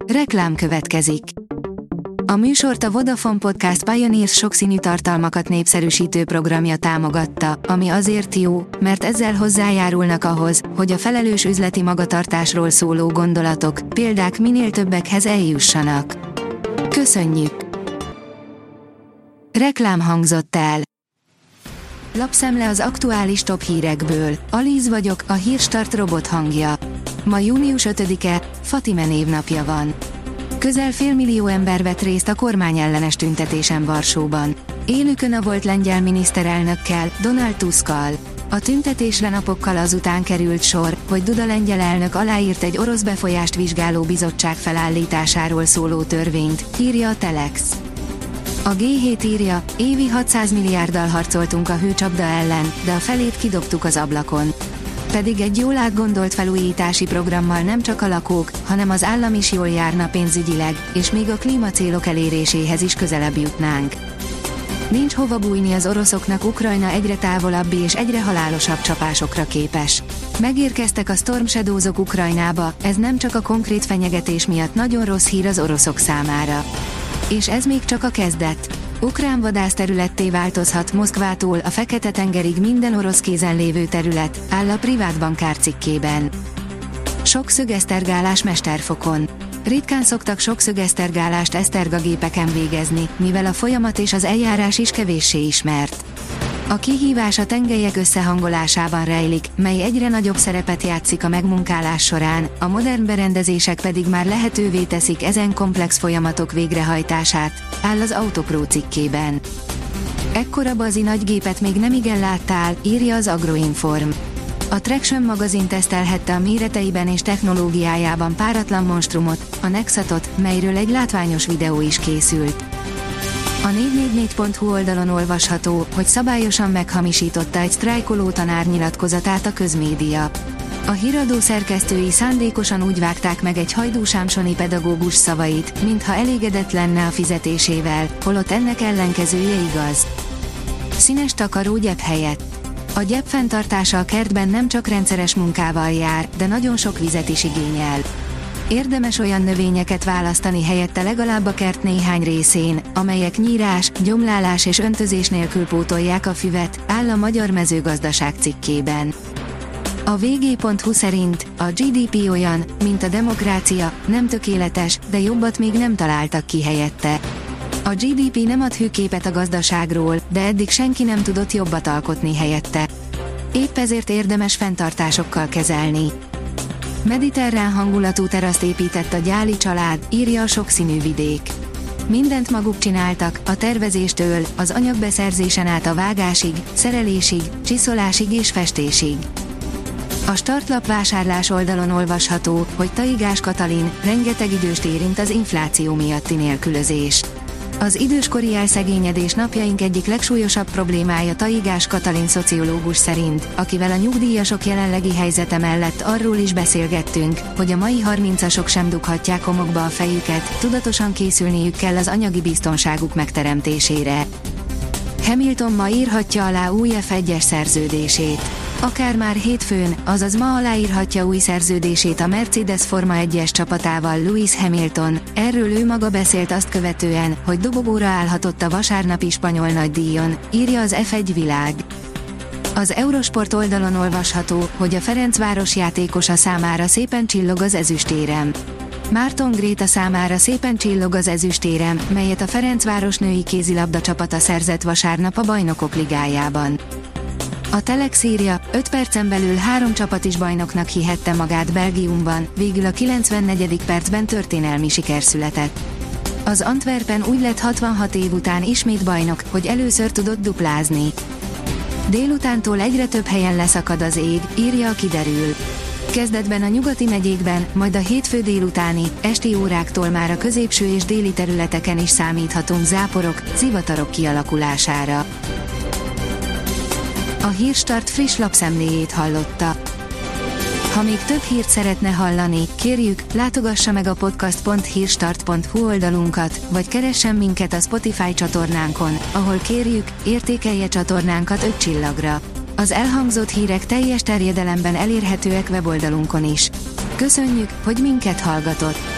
Reklám következik. A műsort a Vodafone Podcast Pioneers sokszínű tartalmakat népszerűsítő programja támogatta, ami azért jó, mert ezzel hozzájárulnak ahhoz, hogy a felelős üzleti magatartásról szóló gondolatok, példák minél többekhez eljussanak. Köszönjük! Reklám hangzott el. Lapszemle az aktuális top hírekből. Alíz vagyok, a Hírstart robot hangja. Ma június 5-e, Fatime névnapja van. Közel 500 000 ember vett részt a kormányellenes tüntetésen Varsóban. Élükön a volt lengyel miniszterelnökkel, Donald Tuskkal. A tüntetésre napokkal azután került sor, hogy Duda lengyel elnök aláírt egy orosz befolyást vizsgáló bizottság felállításáról szóló törvényt, írja a Telex. A G7 írja, évi 600 milliárddal harcoltunk a hőcsapda ellen, de a felét kidobtuk az ablakon. Pedig egy jól átgondolt felújítási programmal nem csak a lakók, hanem az állam is jól járna pénzügyileg, és még a klímacélok eléréséhez is közelebb jutnánk. Nincs hova bújni az oroszoknak, Ukrajna egyre távolabbi és egyre halálosabb csapásokra képes. Megérkeztek a Storm Shadow-ok Ukrajnába, ez nem csak a konkrét fenyegetés miatt nagyon rossz hír az oroszok számára. És ez még csak a kezdet. Ukrán vadászterületté változhat Moszkvától a Fekete-tengerig minden orosz kézen lévő terület, áll a privát bankár cikkében. Sokszögesztergálás mesterfokon. Ritkán szoktak sokszögesztergálást esztergagépeken végezni, mivel a folyamat és az eljárás is kevéssé ismert. A kihívás a tengelyek összehangolásában rejlik, mely egyre nagyobb szerepet játszik a megmunkálás során, a modern berendezések pedig már lehetővé teszik ezen komplex folyamatok végrehajtását, áll az Autopro cikkében. Ekkora bazi nagygépet még nemigen láttál, írja az Agroinform. A Traction magazin tesztelhette a méreteiben és technológiájában páratlan monstrumot, a Nexatot, melyről egy látványos videó is készült. A 444.hu oldalon olvasható, hogy szabályosan meghamisította egy sztrájkoló tanár nyilatkozatát a közmédia. A híradó szerkesztői szándékosan úgy vágták meg egy hajdúsámsoni pedagógus szavait, mintha elégedett lenne a fizetésével, holott ennek ellenkezője igaz. Színes takaró gyep helyett. A gyep fenntartása a kertben nem csak rendszeres munkával jár, de nagyon sok vizet is igényel. Érdemes olyan növényeket választani helyette legalább a kert néhány részén, amelyek nyírás, gyomlálás és öntözés nélkül pótolják a füvet, áll a Magyar Mezőgazdaság cikkében. A vg.hu szerint a GDP olyan, mint a demokrácia, nem tökéletes, de jobbat még nem találtak ki helyette. A GDP nem ad hűképet a gazdaságról, de eddig senki nem tudott jobbat alkotni helyette. Épp ezért érdemes fenntartásokkal kezelni. Mediterrán hangulatú teraszt épített a Gyáli család, írja a sokszínű vidék. Mindent maguk csináltak, a tervezéstől, az anyagbeszerzésen át a vágásig, szerelésig, csiszolásig és festésig. A startlap vásárlás oldalon olvasható, hogy Taigás Katalin, rengeteg időst érint az infláció miatti nélkülözés. Az időskori elszegényedés napjaink egyik legsúlyosabb problémája, Taigás Katalin szociológus szerint, akivel a nyugdíjasok jelenlegi helyzete mellett arról is beszélgettünk, hogy a mai 30-asok sem dughatják homokba a fejüket, tudatosan készülniük kell az anyagi biztonságuk megteremtésére. Hamilton ma írhatja alá új F1-es szerződését. Akár már hétfőn, azaz ma aláírhatja új szerződését a Mercedes Forma 1-es csapatával Lewis Hamilton, erről ő maga beszélt azt követően, hogy dobogóra állhatott a vasárnapi spanyol nagydíjon, írja az F1 világ. Az Eurosport oldalon olvasható, hogy a Ferencváros játékosa számára szépen csillog az ezüstérem. Márton Gréta számára szépen csillog az ezüstérem, melyet a Ferencváros női kézilabda csapata szerzett vasárnap a Bajnokok Ligájában. A Telex írja, 5 percen belül 3 csapat is bajnoknak hihette magát Belgiumban, végül a 94. percben történelmi siker született. Az Antwerpen úgy lett 66 év után ismét bajnok, hogy először tudott duplázni. Délutántól egyre több helyen leszakad az ég, írja a Kiderül. Kezdetben a nyugati megyékben, majd a hétfő délutáni, esti óráktól már a középső és déli területeken is számíthatunk záporok, zivatarok kialakulására. A Hírstart friss lapszemléjét hallotta. Ha még több hírt szeretne hallani, kérjük, látogassa meg a podcast.hírstart.hu oldalunkat, vagy keressen minket a Spotify csatornánkon, ahol kérjük, értékelje csatornánkat 5 csillagra. Az elhangzott hírek teljes terjedelemben elérhetőek weboldalunkon is. Köszönjük, hogy minket hallgatott!